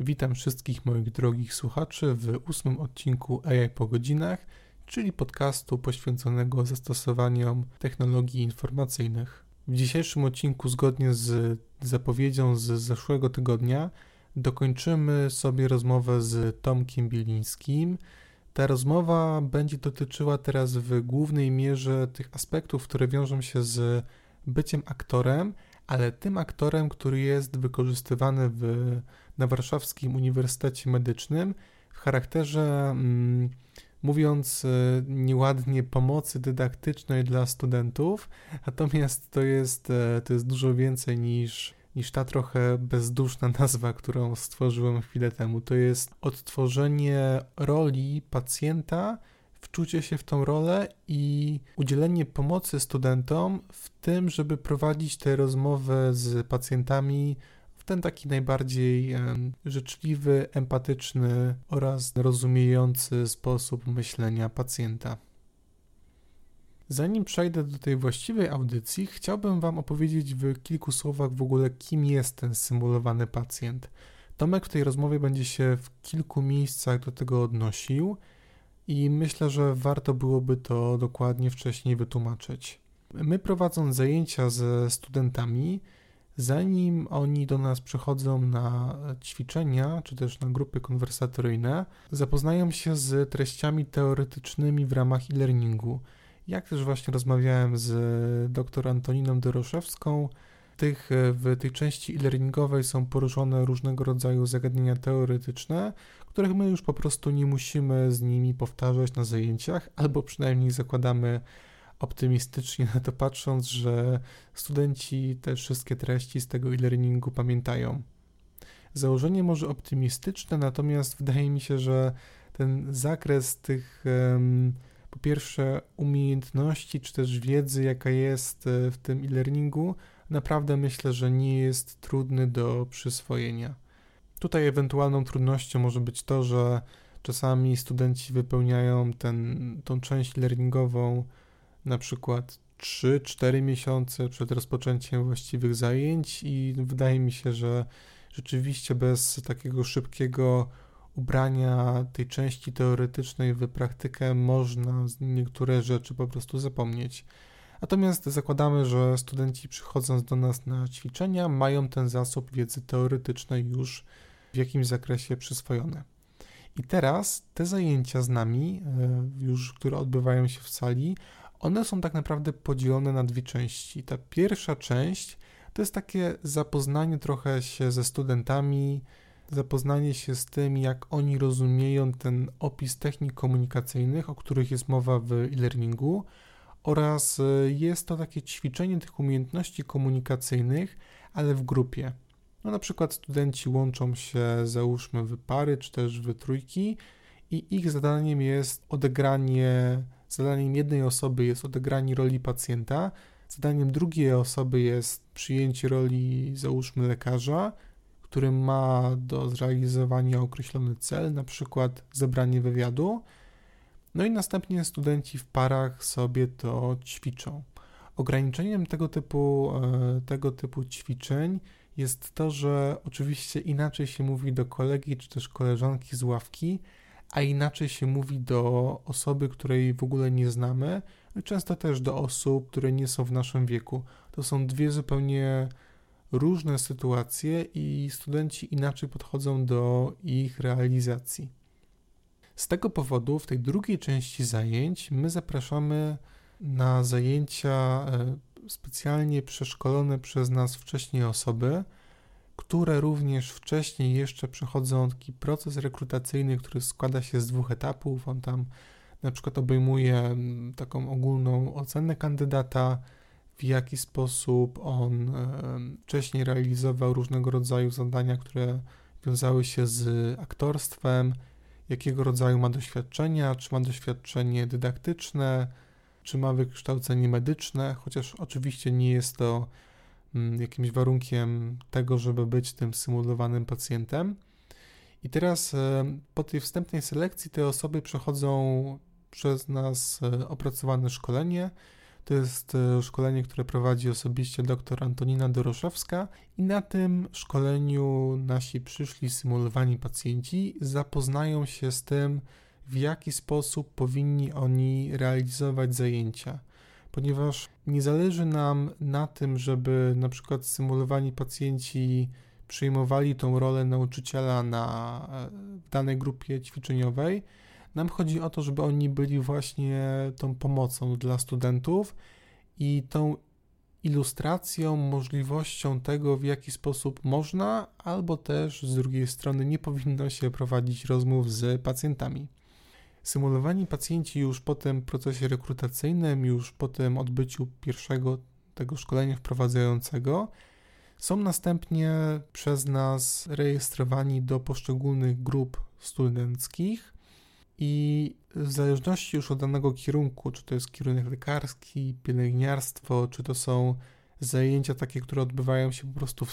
Witam wszystkich moich drogich słuchaczy w 8. odcinku AI po godzinach, czyli podcastu poświęconego zastosowaniom technologii informacyjnych. W dzisiejszym odcinku, zgodnie z zapowiedzią z zeszłego tygodnia, dokończymy sobie rozmowę z Tomkiem Bilińskim. Ta rozmowa będzie dotyczyła teraz w głównej mierze tych aspektów, które wiążą się z byciem aktorem, ale tym aktorem, który jest wykorzystywany na Warszawskim Uniwersytecie Medycznym w charakterze, mówiąc nieładnie, pomocy dydaktycznej dla studentów, natomiast to jest dużo więcej niż ta trochę bezduszna nazwa, którą stworzyłem chwilę temu. To jest odtworzenie roli pacjenta, wczucie się w tą rolę i udzielenie pomocy studentom w tym, żeby prowadzić te rozmowy z pacjentami w ten taki najbardziej życzliwy, empatyczny oraz rozumiejący sposób myślenia pacjenta. Zanim przejdę do tej właściwej audycji, chciałbym Wam opowiedzieć w kilku słowach w ogóle, kim jest ten symulowany pacjent. Tomek w tej rozmowie będzie się w kilku miejscach do tego odnosił i myślę, że warto byłoby to dokładnie wcześniej wytłumaczyć. My, prowadząc zajęcia ze studentami, zanim oni do nas przychodzą na ćwiczenia czy też na grupy konwersatoryjne, zapoznają się z treściami teoretycznymi w ramach e-learningu. Jak też właśnie rozmawiałem z dr Antoniną Doroszewską, w tej części e-learningowej są poruszone różnego rodzaju zagadnienia teoretyczne, których my już po prostu nie musimy z nimi powtarzać na zajęciach, albo przynajmniej zakładamy optymistycznie na to patrząc, że studenci te wszystkie treści z tego e-learningu pamiętają. Założenie może optymistyczne, natomiast wydaje mi się, że ten zakres tych po pierwsze umiejętności, czy też wiedzy, jaka jest w tym e-learningu, naprawdę myślę, że nie jest trudny do przyswojenia. Tutaj ewentualną trudnością może być to, że czasami studenci wypełniają tą część learningową na przykład 3-4 miesiące przed rozpoczęciem właściwych zajęć i wydaje mi się, że rzeczywiście bez takiego szybkiego ubrania tej części teoretycznej w praktykę można niektóre rzeczy po prostu zapomnieć. Natomiast zakładamy, że studenci przychodząc do nas na ćwiczenia mają ten zasób wiedzy teoretycznej już w jakimś zakresie przyswojone. I teraz te zajęcia z nami, już które odbywają się w sali, one są tak naprawdę podzielone na dwie części. Ta pierwsza część to jest takie zapoznanie trochę się ze studentami, zapoznanie się z tym, jak oni rozumieją ten opis technik komunikacyjnych, o których jest mowa w e-learningu, oraz jest to takie ćwiczenie tych umiejętności komunikacyjnych, ale w grupie. No, na przykład studenci łączą się, załóżmy, w pary czy też w trójki i ich zadaniem jednej osoby jest odegranie roli pacjenta, zadaniem drugiej osoby jest przyjęcie roli, załóżmy, lekarza, który ma do zrealizowania określony cel, na przykład zebranie wywiadu. No i następnie studenci w parach sobie to ćwiczą. Ograniczeniem tego typu ćwiczeń jest to, że oczywiście inaczej się mówi do kolegi czy też koleżanki z ławki, a inaczej się mówi do osoby, której w ogóle nie znamy, często też do osób, które nie są w naszym wieku. To są dwie zupełnie różne sytuacje i studenci inaczej podchodzą do ich realizacji. Z tego powodu w tej drugiej części zajęć my zapraszamy na zajęcia specjalnie przeszkolone przez nas wcześniej osoby, które również wcześniej jeszcze przechodzą taki proces rekrutacyjny, który składa się z 2 etapów. On tam na przykład obejmuje taką ogólną ocenę kandydata, w jaki sposób on wcześniej realizował różnego rodzaju zadania, które wiązały się z aktorstwem, jakiego rodzaju ma doświadczenia, czy ma doświadczenie dydaktyczne, czy ma wykształcenie medyczne, chociaż oczywiście nie jest to jakimś warunkiem tego, żeby być tym symulowanym pacjentem. I teraz po tej wstępnej selekcji te osoby przechodzą przez nas opracowane szkolenie. To jest szkolenie, które prowadzi osobiście dr Antonina Doroszewska i na tym szkoleniu nasi przyszli symulowani pacjenci zapoznają się z tym, w jaki sposób powinni oni realizować zajęcia. Ponieważ nie zależy nam na tym, żeby na przykład symulowani pacjenci przyjmowali tą rolę nauczyciela w danej grupie ćwiczeniowej. Nam chodzi o to, żeby oni byli właśnie tą pomocą dla studentów i tą ilustracją, możliwością tego, w jaki sposób można, albo też z drugiej strony nie powinno się prowadzić rozmów z pacjentami. Symulowani pacjenci już po tym procesie rekrutacyjnym, już po tym odbyciu pierwszego tego szkolenia wprowadzającego, są następnie przez nas rejestrowani do poszczególnych grup studenckich i w zależności już od danego kierunku, czy to jest kierunek lekarski, pielęgniarstwo, czy to są zajęcia takie, które odbywają się po prostu w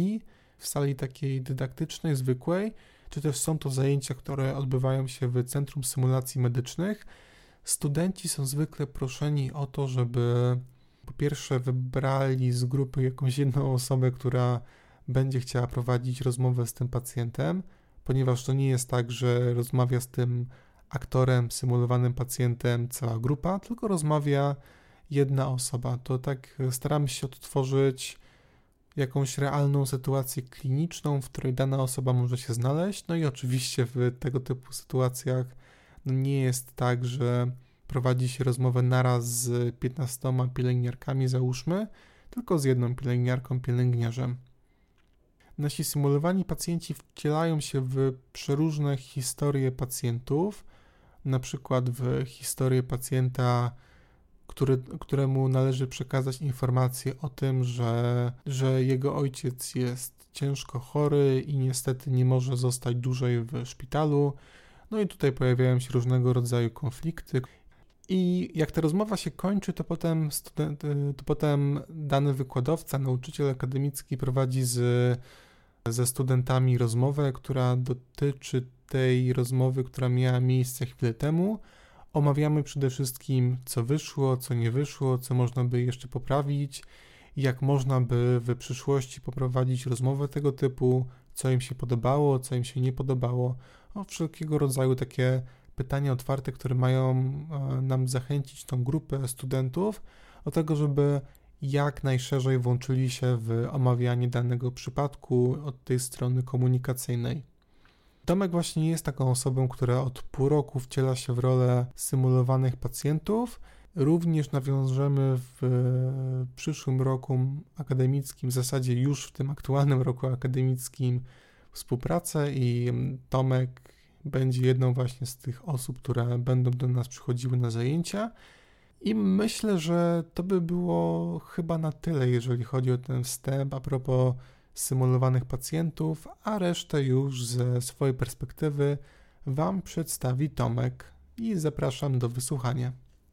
sali takiej dydaktycznej, zwykłej, czy też są to zajęcia, które odbywają się w Centrum Symulacji Medycznych, studenci są zwykle proszeni o to, żeby po pierwsze wybrali z grupy jakąś jedną osobę, która będzie chciała prowadzić rozmowę z tym pacjentem, ponieważ to nie jest tak, że rozmawia z tym aktorem, symulowanym pacjentem cała grupa, tylko rozmawia jedna osoba. To tak staramy się odtworzyć jakąś realną sytuację kliniczną, w której dana osoba może się znaleźć. No i oczywiście w tego typu sytuacjach nie jest tak, że prowadzi się rozmowę naraz z 15 pielęgniarkami, załóżmy, tylko z jedną pielęgniarką, pielęgniarzem. Nasi symulowani pacjenci wcielają się w przeróżne historie pacjentów, na przykład w historię pacjenta, któremu należy przekazać informację o tym, że jego ojciec jest ciężko chory i niestety nie może zostać dłużej w szpitalu. No i tutaj pojawiają się różnego rodzaju konflikty. I jak ta rozmowa się kończy, to potem dany wykładowca, nauczyciel akademicki prowadzi ze studentami rozmowę, która dotyczy tej rozmowy, która miała miejsce chwilę temu. Omawiamy przede wszystkim, co wyszło, co nie wyszło, co można by jeszcze poprawić, jak można by w przyszłości poprowadzić rozmowę tego typu, co im się podobało, co im się nie podobało, wszelkiego rodzaju takie pytania otwarte, które mają nam zachęcić tą grupę studentów do tego, żeby jak najszerzej włączyli się w omawianie danego przypadku od tej strony komunikacyjnej. Tomek właśnie jest taką osobą, która od pół roku wciela się w rolę symulowanych pacjentów. Również nawiążemy w przyszłym roku akademickim, w zasadzie już w tym aktualnym roku akademickim, współpracę i Tomek będzie jedną właśnie z tych osób, które będą do nas przychodziły na zajęcia. I myślę, że to by było chyba na tyle, jeżeli chodzi o ten wstęp a propos symulowanych pacjentów, a resztę już ze swojej perspektywy Wam przedstawi Tomek i zapraszam do wysłuchania.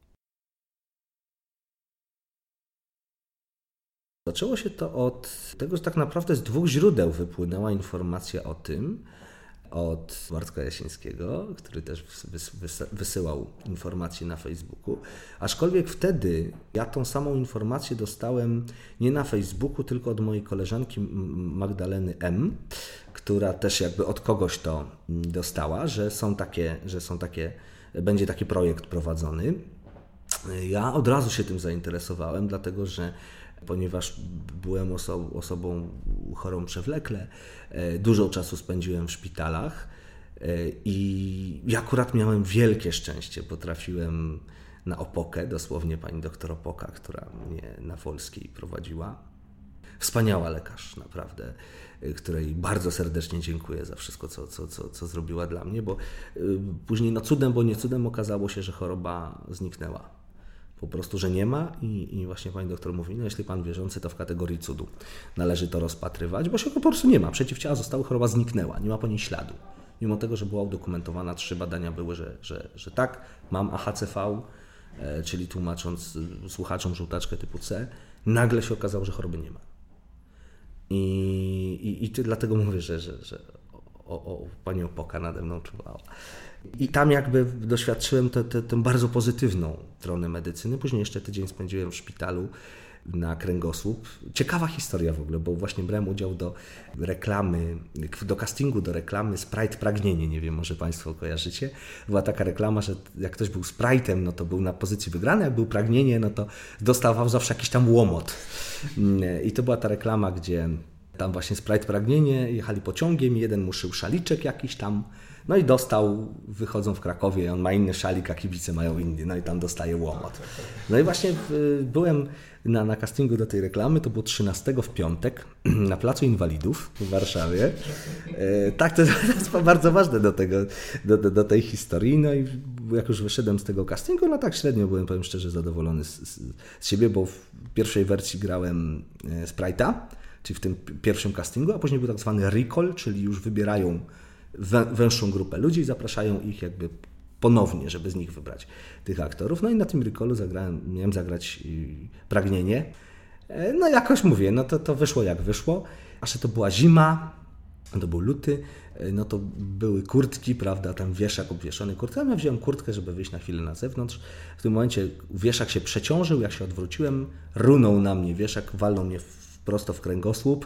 Zaczęło się to od tego, że tak naprawdę z dwóch źródeł wypłynęła informacja o tym, od Bartka Jasińskiego, który też wysyłał informacje na Facebooku, aczkolwiek wtedy ja tą samą informację dostałem nie na Facebooku, tylko od mojej koleżanki Magdaleny M., która też jakby od kogoś to dostała, że będzie taki projekt prowadzony. Ja od razu się tym zainteresowałem, dlatego że ponieważ byłem osobą chorą przewlekle, dużo czasu spędziłem w szpitalach i akurat miałem wielkie szczęście, bo trafiłem na Opokę, dosłownie pani doktor Opoka, która mnie na Wolskiej prowadziła. Wspaniała lekarz, naprawdę, której bardzo serdecznie dziękuję za wszystko, co zrobiła dla mnie, bo później cudem, bo nie cudem okazało się, że choroba zniknęła. Po prostu, że nie ma i właśnie pani doktor mówi, no jeśli pan wierzący, to w kategorii cudu należy to rozpatrywać, bo się po prostu nie ma. Przeciwciała zostały, choroba zniknęła, nie ma po niej śladu. Mimo tego, że była udokumentowana, 3 badania były, że tak, mam AHCV, czyli tłumacząc słuchaczom żółtaczkę typu C, nagle się okazało, że choroby nie ma. I dlatego mówię, że pani Opoka nade mną czuwała. I tam jakby doświadczyłem tę bardzo pozytywną stronę medycyny. Później jeszcze tydzień spędziłem w szpitalu na kręgosłup. Ciekawa historia w ogóle, bo właśnie brałem udział do reklamy, do castingu do reklamy Sprite Pragnienie. Nie wiem, może Państwo kojarzycie. Była taka reklama, że jak ktoś był Sprite'em, no to był na pozycji wygranej, jak był Pragnienie, no to dostawał zawsze jakiś tam łomot. I to była ta reklama, gdzie tam właśnie Sprite Pragnienie, jechali pociągiem, jeden mu szył szaliczek jakiś tam, no i dostał, wychodzą w Krakowie, on ma inny szalik, a kibice mają inny, no i tam dostaje łomot. No i właśnie byłem na castingu do tej reklamy, to było 13 w piątek na Placu Inwalidów w Warszawie. Tak, to jest bardzo ważne do tej historii. No i jak już wyszedłem z tego castingu, no tak średnio byłem, powiem szczerze, zadowolony z siebie, bo w pierwszej wersji grałem Sprite'a, czyli w tym pierwszym castingu, a później był tak zwany recall, czyli już wybierają węższą grupę ludzi i zapraszają ich jakby ponownie, żeby z nich wybrać tych aktorów. No i na tym recallu miałem zagrać Pragnienie. No jakoś mówię, no to wyszło jak wyszło. A że to była zima, to był luty, no to były kurtki, prawda, tam wieszak obwieszony kurtką. Ja wziąłem kurtkę, żeby wyjść na chwilę na zewnątrz. W tym momencie wieszak się przeciążył, jak się odwróciłem, runął na mnie wieszak, walnął mnie prosto w kręgosłup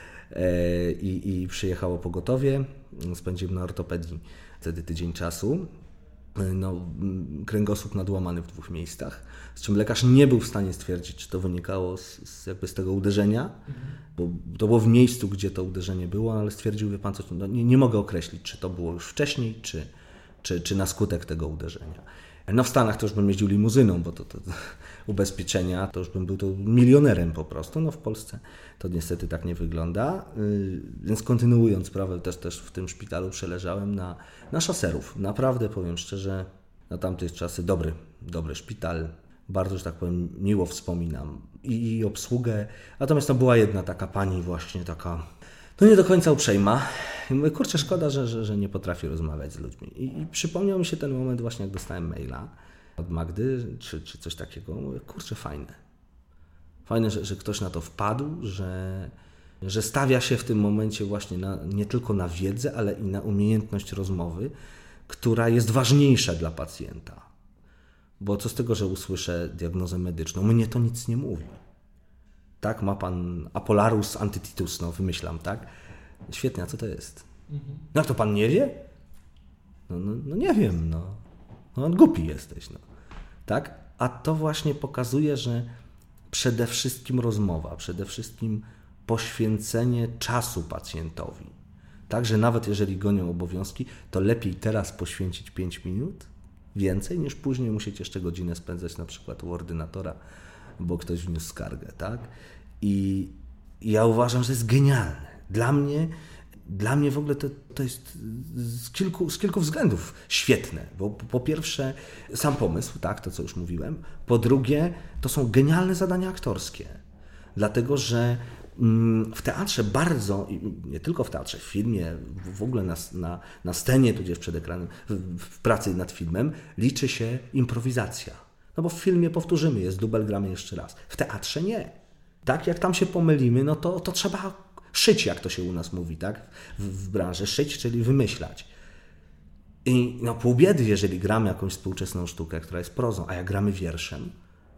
i przyjechało pogotowie. Spędziłem na ortopedii wtedy tydzień czasu. No, kręgosłup nadłamany w 2 miejscach, z czym lekarz nie był w stanie stwierdzić, czy to wynikało z tego uderzenia, bo to było w miejscu, gdzie to uderzenie było, ale stwierdził, wie pan co, no nie mogę określić, czy to było już wcześniej, czy na skutek tego uderzenia. No w Stanach to już bym jeździł limuzyną, bo to ubezpieczenia, to już bym był milionerem po prostu. No w Polsce to niestety tak nie wygląda. Więc kontynuując sprawę, też w tym szpitalu przeleżałem na Szaserów. Naprawdę powiem szczerze, na tamte czasy dobry szpital. Bardzo, że tak powiem, miło wspominam i obsługę. Natomiast to była jedna taka pani właśnie taka, no nie do końca uprzejma. I mówię, kurczę, szkoda, że nie potrafię rozmawiać z ludźmi. I przypomniał mi się ten moment właśnie, jak dostałem maila od Magdy, czy coś takiego. Mówię, kurczę, fajne. Fajne, że ktoś na to wpadł, że stawia się w tym momencie właśnie nie tylko na wiedzę, ale i na umiejętność rozmowy, która jest ważniejsza dla pacjenta. Bo co z tego, że usłyszę diagnozę medyczną? Mnie to nic nie mówi. Tak, ma pan Apolarus antytitus, no wymyślam, tak? Świetnie, a co to jest? No jak to pan nie wie? No nie wiem, no głupi jesteś, no. Tak? A to właśnie pokazuje, że przede wszystkim rozmowa, przede wszystkim poświęcenie czasu pacjentowi. Także nawet jeżeli gonią obowiązki, to lepiej teraz poświęcić 5 minut więcej, niż później musieć jeszcze godzinę spędzać na przykład u ordynatora, bo ktoś wniósł skargę, tak? I ja uważam, że to jest genialne. Dla mnie w ogóle to jest z kilku względów świetne, bo po pierwsze sam pomysł, tak, to co już mówiłem, po drugie to są genialne zadania aktorskie, dlatego że w teatrze bardzo, nie tylko w teatrze, w filmie, w ogóle na scenie, tudzież przed ekranem, w pracy nad filmem liczy się improwizacja. No bo w filmie powtórzymy, jest dubel, gramy jeszcze raz. W teatrze nie. Tak, jak tam się pomylimy, no to trzeba szyć, jak to się u nas mówi, tak? W branży szyć, czyli wymyślać. I no pół biedy, jeżeli gramy jakąś współczesną sztukę, która jest prozą, a jak gramy wierszem,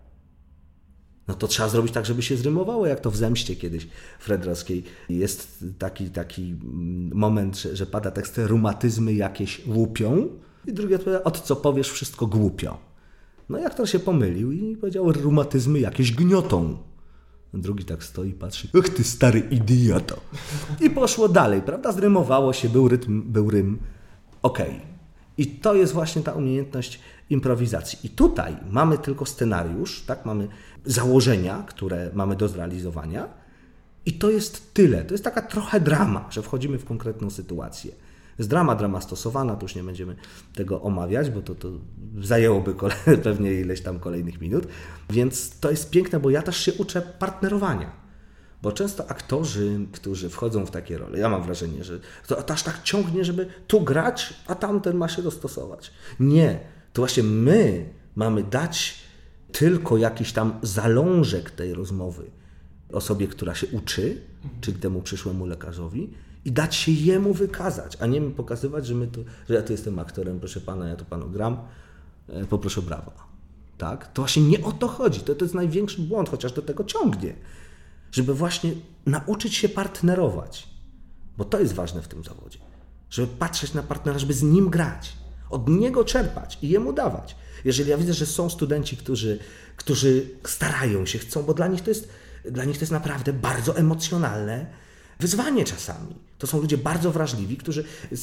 no to trzeba zrobić tak, żeby się zrymowało, jak to w Zemście kiedyś Fredrowskiej. Jest taki moment, że pada tekst, rumatyzmy jakieś łupią i drugie odpowiada, od co powiesz wszystko głupio. No i aktor się pomylił i powiedział, rumatyzmy jakieś gniotą. Drugi tak stoi i patrzy, ach ty stary idioto. I poszło dalej, prawda? Zrymowało się, był rytm, był rym. Okej. I to jest właśnie ta umiejętność improwizacji. I tutaj mamy tylko scenariusz, tak? Mamy założenia, które mamy do zrealizowania i to jest tyle. To jest taka trochę drama, że wchodzimy w konkretną sytuację. Jest drama stosowana, to już nie będziemy tego omawiać, bo to zajęłoby pewnie ileś tam kolejnych minut. Więc to jest piękne, bo ja też się uczę partnerowania. Bo często aktorzy, którzy wchodzą w takie role, ja mam wrażenie, że to aż tak ciągnie, żeby tu grać, a tamten ma się dostosować. Nie, to właśnie my mamy dać tylko jakiś tam zalążek tej rozmowy osobie, która się uczy, czyli temu przyszłemu lekarzowi i dać się jemu wykazać, a nie mi pokazywać, że ja tu jestem aktorem, proszę pana, ja tu panu gram, poproszę brawa. Tak? To właśnie nie o to chodzi. To jest największy błąd, chociaż do tego ciągnie. Żeby właśnie nauczyć się partnerować. Bo to jest ważne w tym zawodzie. Żeby patrzeć na partnera, żeby z nim grać. Od niego czerpać i jemu dawać. Jeżeli ja widzę, że są studenci, którzy starają się, chcą, bo dla nich to jest naprawdę bardzo emocjonalne wyzwanie czasami. To są ludzie bardzo wrażliwi, którzy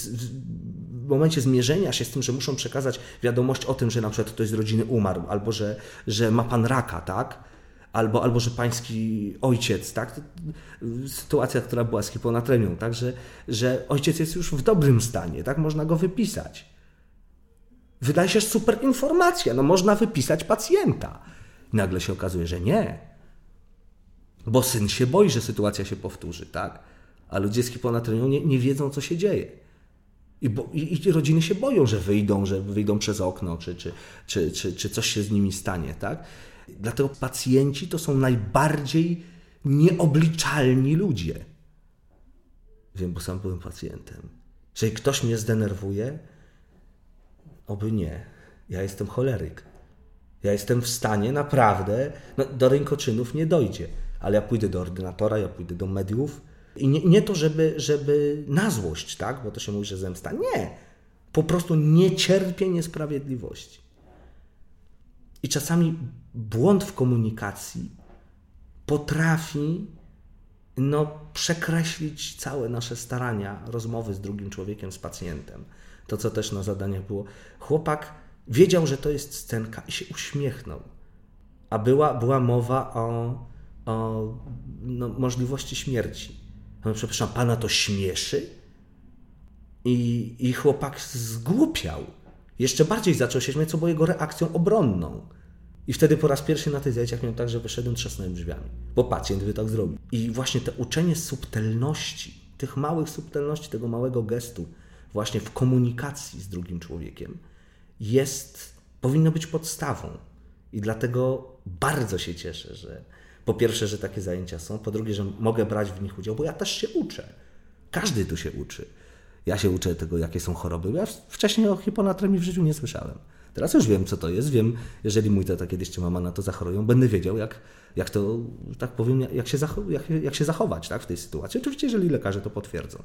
w momencie zmierzenia się z tym, że muszą przekazać wiadomość o tym, że na przykład ktoś z rodziny umarł, albo że ma pan raka, tak? Albo że pański ojciec, tak? Sytuacja, która była z hiponatremią, tak? Że ojciec jest już w dobrym stanie, tak? Można go wypisać. Wydaje się super informacja, no można wypisać pacjenta. I nagle się okazuje, że nie. Bo syn się boi, że sytuacja się powtórzy, tak? A ludzie z hiponatremią nie wiedzą, co się dzieje. I rodziny się boją, że wyjdą przez okno, czy coś się z nimi stanie, tak? Dlatego pacjenci to są najbardziej nieobliczalni ludzie. Wiem, bo sam byłem pacjentem. Jeżeli ktoś mnie zdenerwuje, oby nie. Ja jestem choleryk. Ja jestem w stanie naprawdę, do rękoczynów nie dojdzie, ale ja pójdę do ordynatora, ja pójdę do mediów i nie to, żeby na złość, tak? Bo to się mówi, że zemsta. Nie. Po prostu nie cierpię niesprawiedliwości. I czasami błąd w komunikacji potrafi przekreślić całe nasze starania, rozmowy z drugim człowiekiem, z pacjentem. To, co też na zadaniach było. Chłopak wiedział, że to jest scenka i się uśmiechnął. A była mowa o możliwości śmierci. Przepraszam, pana to śmieszy? I chłopak zgłupiał. Jeszcze bardziej zaczął się śmiać, co było jego reakcją obronną. I wtedy po raz pierwszy na tych zajęciach miałem tak, że wyszedłem, trzasnąłem drzwiami. Bo pacjent by tak zrobił. I właśnie to uczenie subtelności, tych małych subtelności, tego małego gestu, właśnie w komunikacji z drugim człowiekiem, powinno być podstawą. I dlatego bardzo się cieszę, że po pierwsze, że takie zajęcia są, po drugie, że mogę brać w nich udział, bo ja też się uczę. Każdy tu się uczy. Ja się uczę tego, jakie są choroby. Ja wcześniej o hiponatremii w życiu nie słyszałem. Teraz już wiem, co to jest. Wiem, jeżeli mój tata kiedyś czy mama na to zachorują, będę wiedział, jak to, tak powiem, jak się zachować, tak, w tej sytuacji. Oczywiście, jeżeli lekarze to potwierdzą.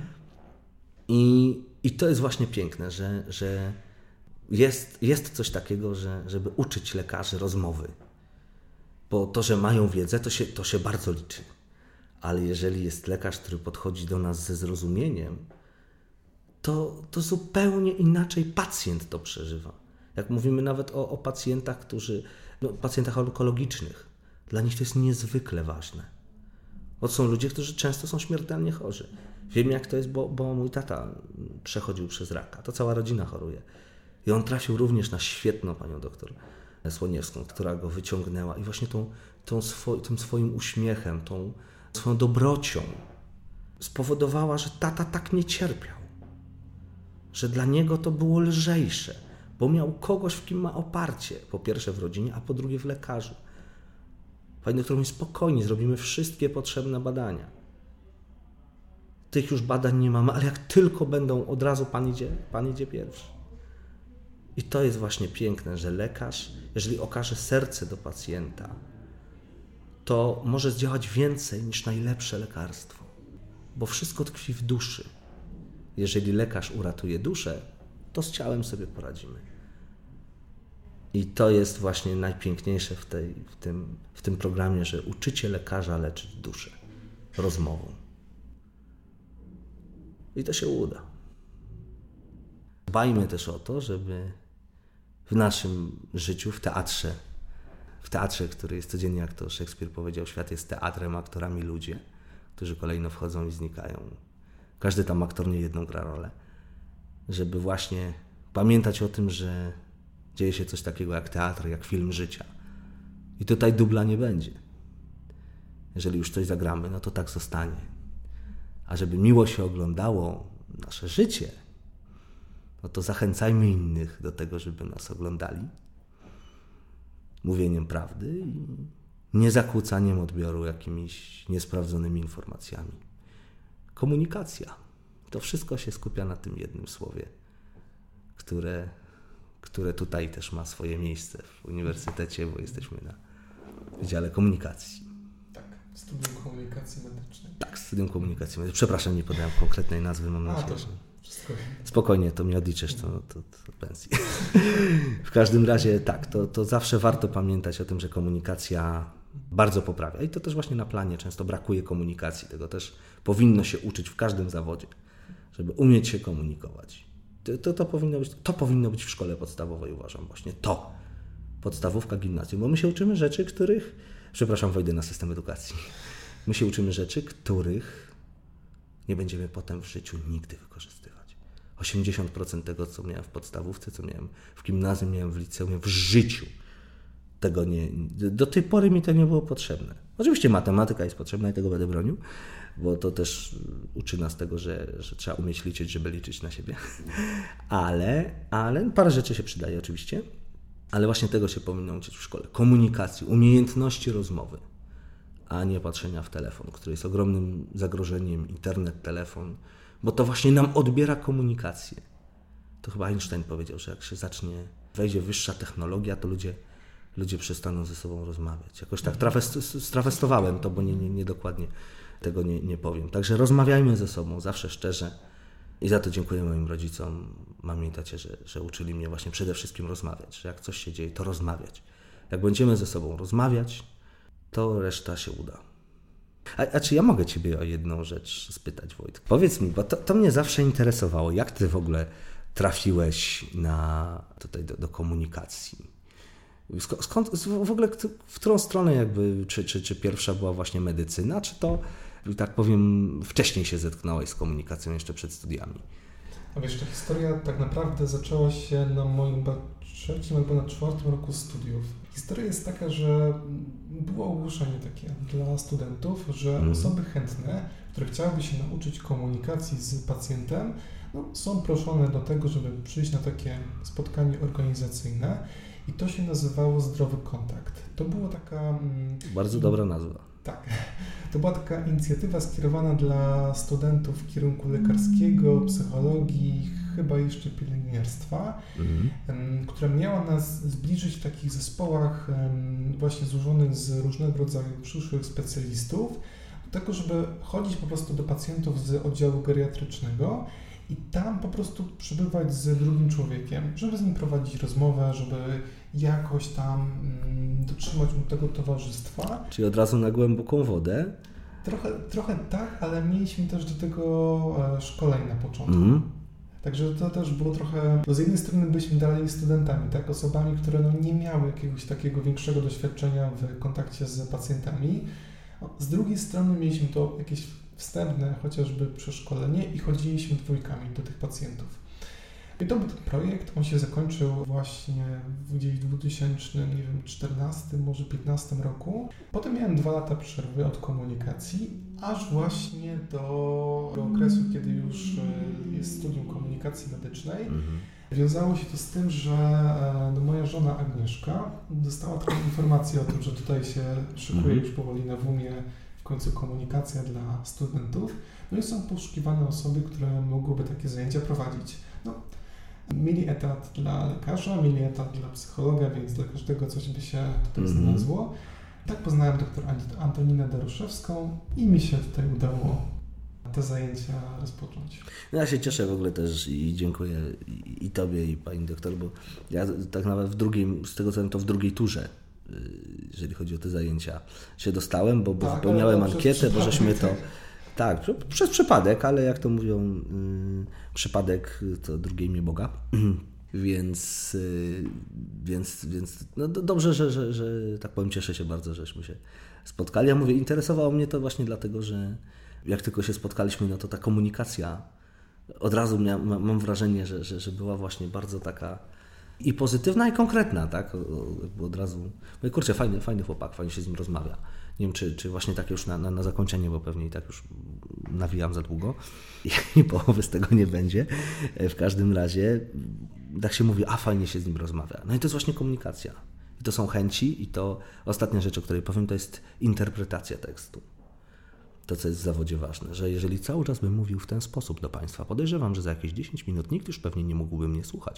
I to jest właśnie piękne, że jest coś takiego, żeby uczyć lekarzy rozmowy. Bo to, że mają wiedzę, to się bardzo liczy. Ale jeżeli jest lekarz, który podchodzi do nas ze zrozumieniem, to zupełnie inaczej pacjent to przeżywa. Jak mówimy nawet o pacjentach, pacjentach onkologicznych, dla nich to jest niezwykle ważne. Bo są ludzie, którzy często są śmiertelnie chorzy. Wiem, jak to jest, bo mój tata przechodził przez raka. To cała rodzina choruje. I on trafił również na świetną panią doktor Słoniewską, która go wyciągnęła i właśnie tym swoim uśmiechem, tą swoją dobrocią spowodowała, że tata tak nie cierpiał. Że dla niego to było lżejsze, bo miał kogoś, w kim ma oparcie. Po pierwsze w rodzinie, a po drugie w lekarzu. Pani doktor mówi, spokojnie, zrobimy wszystkie potrzebne badania. Tych już badań nie mamy, ale jak tylko będą, od razu pan idzie pierwszy. I to jest właśnie piękne, że lekarz, jeżeli okaże serce do pacjenta, to może zdziałać więcej niż najlepsze lekarstwo. Bo wszystko tkwi w duszy. Jeżeli lekarz uratuje duszę, to z ciałem sobie poradzimy. I to jest właśnie najpiękniejsze w tym programie, że uczycie lekarza leczyć duszę rozmową. I to się uda. Dbajmy też o to, żeby w naszym życiu, w teatrze, który jest codziennie, jak to Szekspir powiedział, świat jest teatrem, aktorami ludzie, którzy kolejno wchodzą i znikają. Każdy tam aktor nie jedną gra rolę. Żeby właśnie pamiętać o tym, że dzieje się coś takiego jak teatr, jak film życia. I tutaj dubla nie będzie. Jeżeli już coś zagramy, no to tak zostanie. A żeby miło się oglądało nasze życie, no to zachęcajmy innych do tego, żeby nas oglądali. Mówieniem prawdy i niezakłócaniem odbioru jakimiś niesprawdzonymi informacjami, komunikacja. To wszystko się skupia na tym jednym słowie, które tutaj też ma swoje miejsce w uniwersytecie, bo jesteśmy na Wydziale Komunikacji. Tak, Studium Komunikacji Medycznej. Tak, Studium Komunikacji Medycznej. Przepraszam, nie podałem konkretnej nazwy, mam nadzieję, że... Spokojnie, to mi odliczysz to pensji. W każdym razie tak, to zawsze warto pamiętać o tym, że komunikacja bardzo poprawia. I to też właśnie na planie często brakuje komunikacji. Tego też powinno się uczyć w każdym zawodzie, żeby umieć się komunikować. To powinno być w szkole podstawowej, uważam właśnie. To. Podstawówka, gimnazjum. Bo my się uczymy rzeczy, których... Przepraszam, wejdę na system edukacji. My się uczymy rzeczy, których nie będziemy potem w życiu nigdy wykorzystywać. 80% tego, co miałem w podstawówce, co miałem w gimnazjum, miałem w liceum, w życiu. Tego nie... Do tej pory mi to nie było potrzebne. Oczywiście matematyka jest potrzebna i tego będę bronił, bo to też uczy nas tego, że trzeba umieć liczyć, żeby liczyć na siebie. Ale parę rzeczy się przydaje oczywiście, ale właśnie tego się powinno uczyć w szkole. Komunikacji, umiejętności rozmowy, a nie patrzenia w telefon, który jest ogromnym zagrożeniem, internet, telefon, bo to właśnie nam odbiera komunikację. To chyba Einstein powiedział, że jak się wejdzie wyższa technologia, to ludzie przestaną ze sobą rozmawiać. Jakoś tak strawestowałem to, bo nie dokładnie tego nie powiem. Także rozmawiajmy ze sobą, zawsze szczerze. I za to dziękuję moim rodzicom, mamie i tacie, że uczyli mnie właśnie przede wszystkim rozmawiać. Że jak coś się dzieje, to rozmawiać. Jak będziemy ze sobą rozmawiać, to reszta się uda. A czy ja mogę Ciebie o jedną rzecz spytać, Wojtek? Powiedz mi, bo to mnie zawsze interesowało. Jak Ty w ogóle trafiłeś tutaj do komunikacji? Skąd w ogóle, w którą stronę jakby, czy pierwsza była właśnie medycyna, czy to, tak powiem, wcześniej się zetknąłeś z komunikacją jeszcze przed studiami? A wiesz, ta historia tak naprawdę zaczęła się na moim trzecim albo na czwartym roku studiów. Historia jest taka, że było ogłoszenie takie dla studentów, że osoby chętne, które chciałyby się nauczyć komunikacji z pacjentem, są proszone do tego, żeby przyjść na takie spotkanie organizacyjne i to się nazywało Zdrowy Kontakt. To była taka... Bardzo dobra nazwa. Tak. To była taka inicjatywa skierowana dla studentów kierunku lekarskiego, psychologii, chyba jeszcze pielęgniarstwa, która miała nas zbliżyć w takich zespołach właśnie złożonych z różnego rodzaju przyszłych specjalistów do tego, żeby chodzić po prostu do pacjentów z oddziału geriatrycznego i tam po prostu przebywać z drugim człowiekiem, żeby z nim prowadzić rozmowę, żeby jakoś tam dotrzymać mu tego towarzystwa. Czyli od razu na głęboką wodę? Trochę tak, ale mieliśmy też do tego szkoleń na początku. Także to też było trochę... Z jednej strony byliśmy dalej studentami, tak? Osobami, które nie miały jakiegoś takiego większego doświadczenia w kontakcie z pacjentami. Z drugiej strony mieliśmy to jakieś wstępne chociażby przeszkolenie i chodziliśmy dwójkami do tych pacjentów. I to był ten projekt, on się zakończył właśnie gdzieś w 2014, może 2015 roku. Potem miałem 2 lata przerwy od komunikacji, aż właśnie do okresu, kiedy już jest studium komunikacji medycznej. Wiązało się to z tym, że moja żona Agnieszka dostała taką informację o tym, że tutaj się szykuje już powoli na WUM-ie w końcu komunikacja dla studentów. No i są poszukiwane osoby, które mogłyby takie zajęcia prowadzić. Mieli etat dla lekarza, mieli etat dla psychologa, więc dla każdego coś by się tutaj znalazło. Tak poznałem dr Antoninę Daruszewską i mi się tutaj udało te zajęcia rozpocząć. No ja się cieszę w ogóle też i dziękuję i Tobie, i Pani doktor, bo ja tak nawet z tego co wiem, to w drugiej turze, jeżeli chodzi o te zajęcia, się dostałem, bo wypełniałem ankietę, bo żeśmy to... Tak, przez przypadek, ale jak to mówią, przypadek to drugie imię Boga, więc no dobrze, że tak powiem, cieszę się bardzo, żeśmy się spotkali. Ja mówię, interesowało mnie to właśnie dlatego, że jak tylko się spotkaliśmy, no to ta komunikacja od razu mam wrażenie, że była właśnie bardzo taka i pozytywna, i konkretna, tak? Od razu, mówię, kurczę, fajny chłopak, fajnie się z nim rozmawia. Nie wiem, czy właśnie tak już na zakończenie, bo pewnie i tak już nawijam za długo i połowy z tego nie będzie. W każdym razie tak się mówi, fajnie się z nim rozmawia. No i to jest właśnie komunikacja. I to są chęci i to ostatnia rzecz, o której powiem, to jest interpretacja tekstu. to co jest w zawodzie ważne, że jeżeli cały czas bym mówił w ten sposób do Państwa, podejrzewam, że za jakieś 10 minut nikt już pewnie nie mógłby mnie słuchać.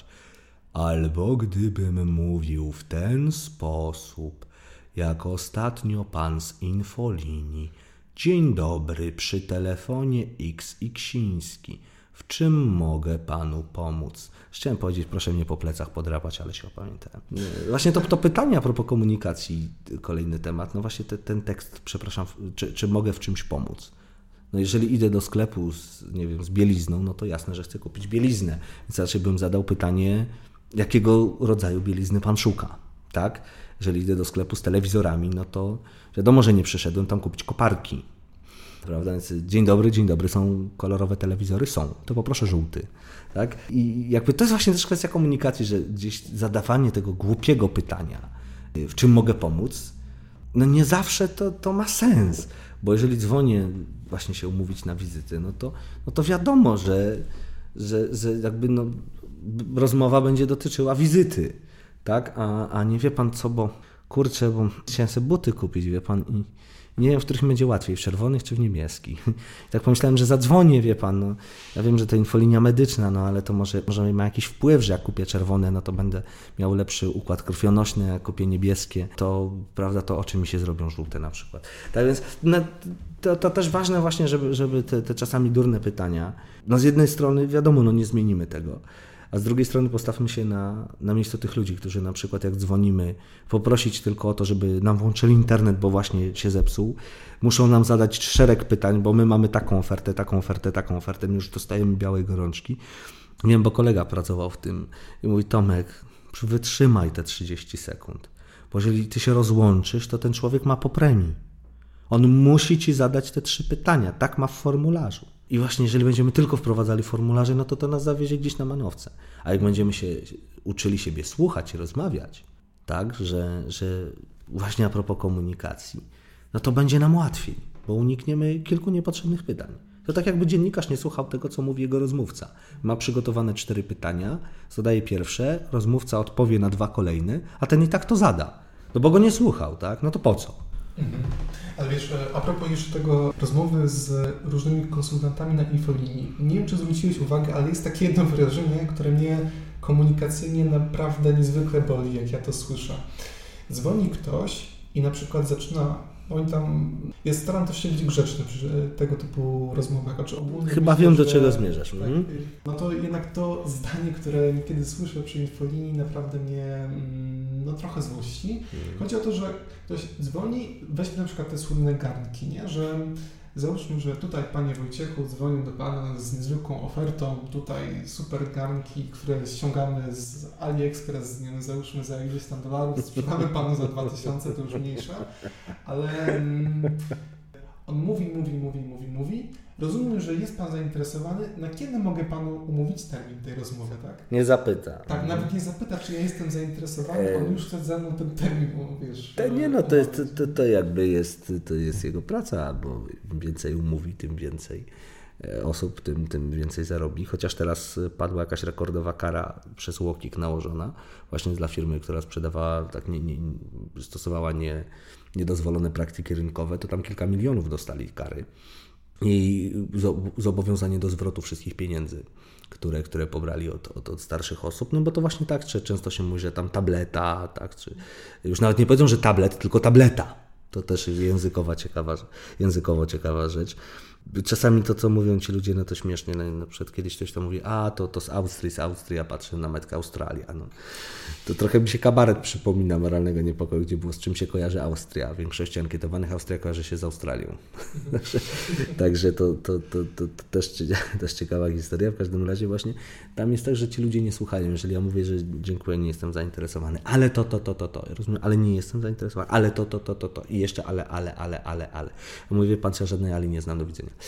Albo gdybym mówił w ten sposób, jak ostatnio pan z infolinii. Dzień dobry, przy telefonie X Iksiński. W czym mogę panu pomóc? Chciałem powiedzieć, proszę mnie po plecach podrapać, ale się opamiętałem. Właśnie to pytanie a propos komunikacji, kolejny temat. No właśnie ten tekst, przepraszam, czy mogę w czymś pomóc? No jeżeli idę do sklepu z bielizną, no to jasne, że chcę kupić bieliznę. Więc raczej bym zadał pytanie, jakiego rodzaju bielizny pan szuka, tak? Jeżeli idę do sklepu z telewizorami, no to wiadomo, że nie przyszedłem tam kupić koparki. Prawda? Więc dzień dobry, są kolorowe telewizory? Są. To poproszę żółty. Tak? I jakby to jest właśnie też kwestia komunikacji, że gdzieś zadawanie tego głupiego pytania, w czym mogę pomóc, no nie zawsze to ma sens. Bo jeżeli dzwonię właśnie się umówić na wizytę, no to wiadomo, że jakby rozmowa będzie dotyczyła wizyty. Tak? A nie wie pan co, bo chciałem sobie buty kupić, wie pan, i nie wiem, w których będzie łatwiej, w czerwonych czy w niebieskich. I tak pomyślałem, że zadzwonię, wie pan, ja wiem, że to infolinia medyczna, ale to może ma jakiś wpływ, że jak kupię czerwone, no to będę miał lepszy układ krwionośny, jak kupię niebieskie, to prawda, to oczy mi się zrobią żółte na przykład. Tak więc to też ważne właśnie, żeby te czasami durne pytania, z jednej strony wiadomo, nie zmienimy tego, a z drugiej strony postawmy się na miejscu tych ludzi, którzy na przykład jak dzwonimy, poprosić tylko o to, żeby nam włączyli internet, bo właśnie się zepsuł. Muszą nam zadać szereg pytań, bo my mamy taką ofertę, my już dostajemy białej gorączki. Wiem, bo kolega pracował w tym i mówi, Tomek, wytrzymaj te 30 sekund, bo jeżeli ty się rozłączysz, to ten człowiek ma po premii. On musi ci zadać te 3 pytania, tak ma w formularzu. I właśnie jeżeli będziemy tylko wprowadzali formularze, no to nas zawiezie gdzieś na manowce. A jak będziemy się uczyli siebie słuchać i rozmawiać, tak, że właśnie a propos komunikacji, no to będzie nam łatwiej, bo unikniemy kilku niepotrzebnych pytań. To tak jakby dziennikarz nie słuchał tego, co mówi jego rozmówca. Ma przygotowane 4 pytania, zadaje pierwsze, rozmówca odpowie na 2 kolejne, a ten i tak to zada. No bo go nie słuchał, tak? No to po co? Ale wiesz, a propos jeszcze tego rozmowy z różnymi konsultantami na infolinii, nie wiem, czy zwróciłeś uwagę, ale jest takie jedno wyrażenie, które mnie komunikacyjnie naprawdę niezwykle boli, jak ja to słyszę. Dzwoni ktoś i na przykład zaczyna, ja staram się być grzeczny przy tego typu rozmowach. Chyba myślę, wiem, do czego zmierzasz. Tak, no to jednak to zdanie, które niekiedy słyszę przy infolinii, naprawdę mnie trochę złości. Chodzi o to, że ktoś dzwoni, weźmy na przykład te słynne garnki, nie? Że załóżmy, że tutaj panie Wojciechu dzwonią do pana z niezwykłą ofertą, tutaj super garnki, które ściągamy z AliExpress, załóżmy za ileś tam dolarów, sprzedamy panu za 2000, to już mniejsze, ale on mówi. Rozumiem, że jest pan zainteresowany. Na kiedy mogę panu umówić termin tej rozmowy, tak? Nie zapyta. Tak, nawet nie zapyta, czy ja jestem zainteresowany, on już chce ze mną ten termin, wiesz. To jakby jest jego praca, bo im więcej umówi, tym więcej osób, tym więcej zarobi. Chociaż teraz padła jakaś rekordowa kara przez UOKiK nałożona właśnie dla firmy, która sprzedawała, stosowała niedozwolone praktyki rynkowe, to tam kilka milionów dostali kary. I zobowiązanie do zwrotu wszystkich pieniędzy, które pobrali od starszych osób, no bo to właśnie tak, czy często się mówi, że tam tableta, tak, czy już nawet nie powiedzą, że tablet, tylko tableta. To też językowo ciekawa rzecz. Czasami to, co mówią ci ludzie, no to śmiesznie. Na przykład kiedyś ktoś to mówi, to z Austrii, ja patrzę na metkę Australia. No. To trochę mi się kabaret przypomina Moralnego Niepokoju, gdzie było z czym się kojarzy Austria. W większości ankietowanych Austria kojarzy się z Australią. Także to też ciekawa historia. W każdym razie właśnie tam jest tak, że ci ludzie nie słuchają. Jeżeli ja mówię, że dziękuję, nie jestem zainteresowany, ale to. Ja rozumiem, ale nie jestem zainteresowany, ale to. I jeszcze ale. Ja mówię, pan, ja żadnej ali nie znam, do widzenia.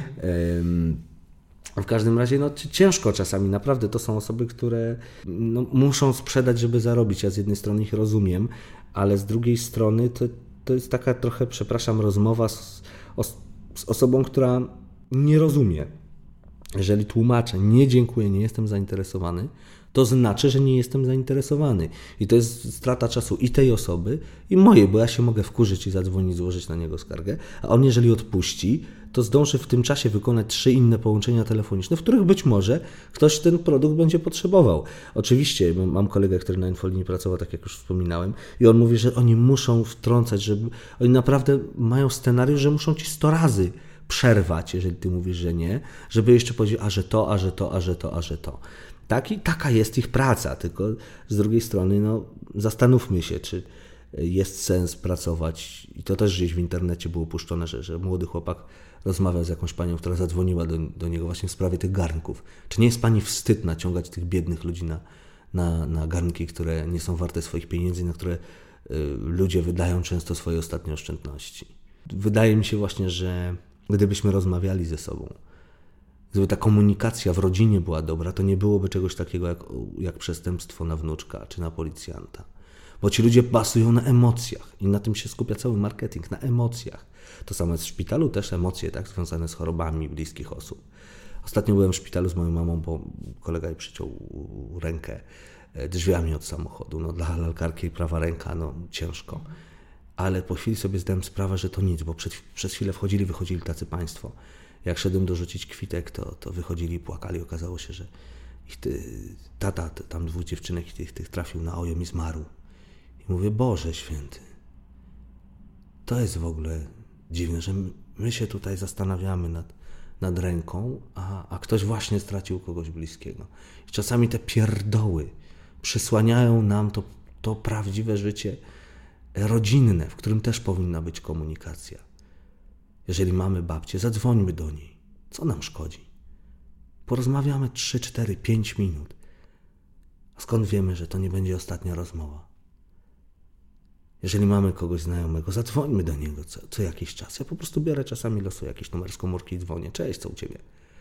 W każdym razie ciężko czasami, naprawdę to są osoby, które muszą sprzedać, żeby zarobić. Ja z jednej strony ich rozumiem, ale z drugiej strony to jest taka trochę, przepraszam, rozmowa z osobą, która nie rozumie. Jeżeli tłumaczę, nie dziękuję, nie jestem zainteresowany, to znaczy, że nie jestem zainteresowany. I to jest strata czasu i tej osoby, i mojej, bo ja się mogę wkurzyć i zadzwonić, złożyć na niego skargę, a on jeżeli odpuści, to zdąży w tym czasie wykonać 3 inne połączenia telefoniczne, w których być może ktoś ten produkt będzie potrzebował. Oczywiście mam kolegę, który na Infolinii pracował, tak jak już wspominałem, i on mówi, że oni muszą wtrącać, że oni naprawdę mają scenariusz, że muszą ci 100 razy przerwać, jeżeli ty mówisz, że nie, żeby jeszcze powiedzieć, a że to, a że to, a że to, a że to. Taka jest ich praca, tylko z drugiej strony zastanówmy się, czy jest sens pracować, i to też gdzieś w internecie było puszczone, że młody chłopak rozmawiał z jakąś panią, która zadzwoniła do niego właśnie w sprawie tych garnków. Czy nie jest pani wstyd naciągać tych biednych ludzi na garnki, które nie są warte swoich pieniędzy, na które ludzie wydają często swoje ostatnie oszczędności? Wydaje mi się właśnie, że gdybyśmy rozmawiali ze sobą, gdyby ta komunikacja w rodzinie była dobra, to nie byłoby czegoś takiego jak przestępstwo na wnuczka czy na policjanta. Bo ci ludzie basują na emocjach i na tym się skupia cały marketing, na emocjach. To samo jest w szpitalu, też emocje, tak, związane z chorobami bliskich osób. Ostatnio byłem w szpitalu z moją mamą, bo kolega jej przyciął rękę drzwiami od samochodu. Dla lalkarki prawa ręka, ciężko. Ale po chwili sobie zdałem sprawę, że to nic, bo przez chwilę wychodzili tacy państwo. Jak szedłem dorzucić kwitek, to wychodzili i płakali. Okazało się, że tata, tam 2 dziewczynek tych trafił na ojem i zmarł. I mówię, Boże Święty, to jest w ogóle dziwne, że my się tutaj zastanawiamy nad ręką, a ktoś właśnie stracił kogoś bliskiego. I czasami te pierdoły przysłaniają nam to prawdziwe życie rodzinne, w którym też powinna być komunikacja. Jeżeli mamy babcię, zadzwońmy do niej. Co nam szkodzi? Porozmawiamy 3, 4, 5 minut. A skąd wiemy, że to nie będzie ostatnia rozmowa? Jeżeli mamy kogoś znajomego, zadzwońmy do niego co jakiś czas. Ja po prostu biorę czasami, losuję jakiś numer z komórki i dzwonię. Cześć, co u ciebie?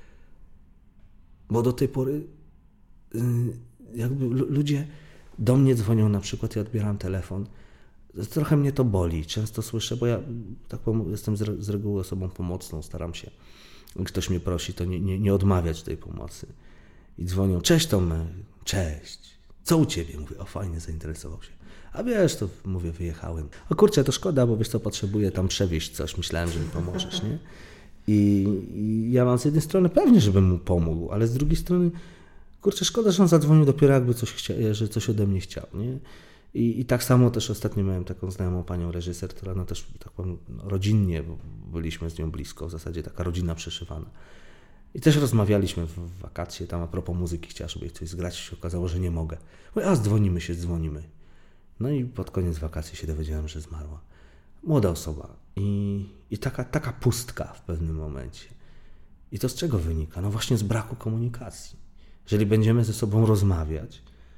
Bo do tej pory jakby ludzie do mnie dzwonią na przykład, ja odbieram telefon. Trochę mnie to boli. Często słyszę, bo ja tak powiem, jestem z reguły osobą pomocną, staram się. Jak ktoś mnie prosi, to nie odmawiać tej pomocy. I dzwonią, cześć Tomek, cześć. Co u ciebie? Mówię, o fajnie, zainteresował się. A wiesz, to mówię, wyjechałem. O kurczę, to szkoda, bo wiesz co, potrzebuję tam przewieźć coś. Myślałem, że mi pomożesz, nie? I ja mam z jednej strony pewnie, żebym mu pomógł, ale z drugiej strony, kurczę, szkoda, że on zadzwonił dopiero jakby że coś ode mnie chciał, nie? I tak samo też ostatnio miałem taką znajomą panią reżyser, która też, tak powiem, rodzinnie, bo byliśmy z nią blisko, w zasadzie taka rodzina przeszywana. I też rozmawialiśmy w wakacje, tam a propos muzyki, chciała, żeby jej coś zgrać, się okazało, że nie mogę. Mówię, a dzwonimy. No i pod koniec wakacji się dowiedziałem, że zmarła. Młoda osoba i taka pustka w pewnym momencie. I to z czego wynika? No właśnie z braku komunikacji. Jeżeli będziemy ze sobą rozmawiać,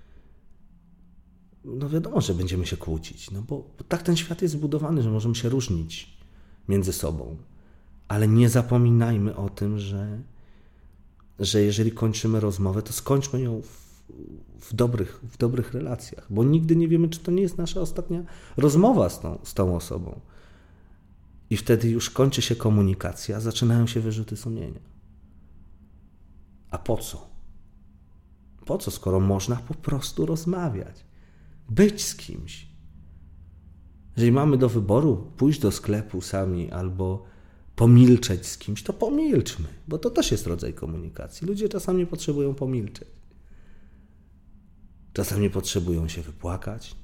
no wiadomo, że będziemy się kłócić, no bo tak ten świat jest zbudowany, że możemy się różnić między sobą, ale nie zapominajmy o tym, że jeżeli kończymy rozmowę, to skończmy ją w dobrych relacjach, bo nigdy nie wiemy, czy to nie jest nasza ostatnia rozmowa z tą osobą. I wtedy już kończy się komunikacja, zaczynają się wyrzuty sumienia. A po co? Po co, skoro można po prostu rozmawiać? Być z kimś. Jeżeli mamy do wyboru pójść do sklepu sami albo pomilczeć z kimś, to pomilczmy, bo to też jest rodzaj komunikacji. Ludzie czasami potrzebują pomilczeć. Czasami potrzebują się wypłakać.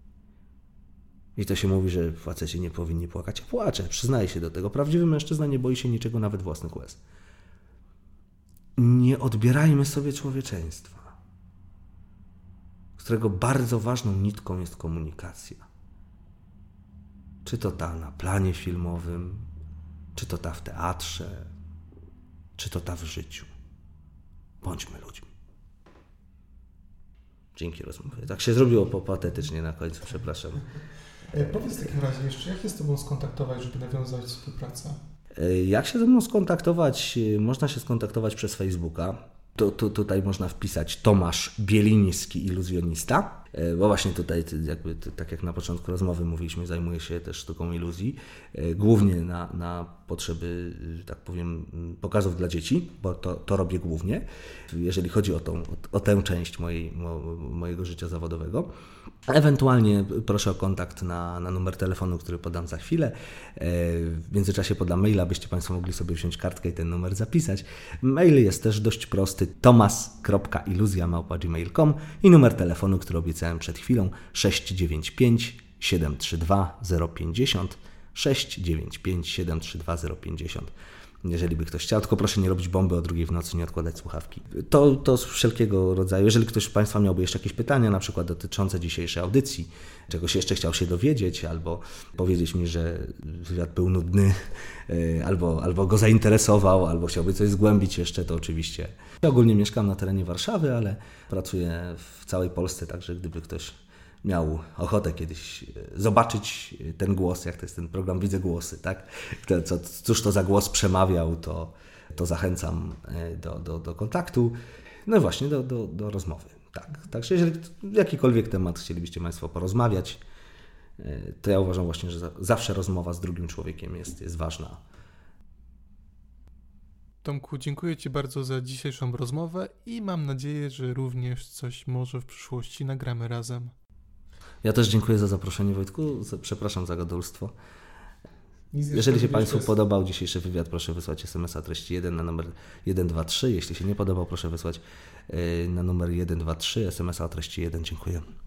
I to się mówi, że faceci nie powinni płakać. Ja płaczę, przyznaję się do tego. Prawdziwy mężczyzna nie boi się niczego, nawet własnych łez. Nie odbierajmy sobie człowieczeństwa, z którego bardzo ważną nitką jest komunikacja. Czy to ta na planie filmowym, czy to ta w teatrze, czy to ta w życiu. Bądźmy ludźmi. Dzięki rozmowie. Tak się zrobiło patetycznie na końcu, przepraszam. Powiedz w takim razie jeszcze, jak się z Tobą skontaktować, żeby nawiązać współpracę? Jak się ze mną skontaktować? Można się skontaktować przez Facebooka. Tutaj można wpisać Tomasz Bieliński, iluzjonista. Bo właśnie tutaj, jakby tak jak na początku rozmowy mówiliśmy, zajmuję się też sztuką iluzji, głównie na potrzeby, tak powiem, pokazów dla dzieci, bo to robię głównie, jeżeli chodzi o tę część mojego życia zawodowego. Ewentualnie proszę o kontakt na numer telefonu, który podam za chwilę. W międzyczasie podam maila, abyście Państwo mogli sobie wziąć kartkę i ten numer zapisać. Mail jest też dość prosty, tomas.iluzja@gmail.com i numer telefonu, który obiecałem przed chwilą, 695 732 050, 695 732 050. Jeżeli by ktoś chciał, tylko proszę nie robić bomby o 2 w nocy, nie odkładać słuchawki. To z wszelkiego rodzaju. Jeżeli ktoś z Państwa miałby jeszcze jakieś pytania, na przykład dotyczące dzisiejszej audycji, czegoś jeszcze chciał się dowiedzieć, albo powiedzieć mi, że wywiad był nudny, albo go zainteresował, albo chciałby coś zgłębić jeszcze, to oczywiście. Ja ogólnie mieszkam na terenie Warszawy, ale pracuję w całej Polsce, także gdyby ktoś miał ochotę kiedyś zobaczyć ten głos, jak to jest ten program Widzę Głosy, tak? Cóż to za głos przemawiał, to zachęcam do kontaktu, no i właśnie do rozmowy. Tak. Także jeżeli jakikolwiek temat chcielibyście Państwo porozmawiać, to ja uważam właśnie, że zawsze rozmowa z drugim człowiekiem jest ważna. Tomku, dziękuję Ci bardzo za dzisiejszą rozmowę i mam nadzieję, że również coś może w przyszłości nagramy razem. Ja też dziękuję za zaproszenie, Wojtku. Przepraszam za gadulstwo. Jeżeli się Państwu podobał dzisiejszy wywiad, proszę wysłać SMS-a treści 1 na numer 123. Jeśli się nie podobał, proszę wysłać na numer 123 SMS-a o treści 1. Dziękuję.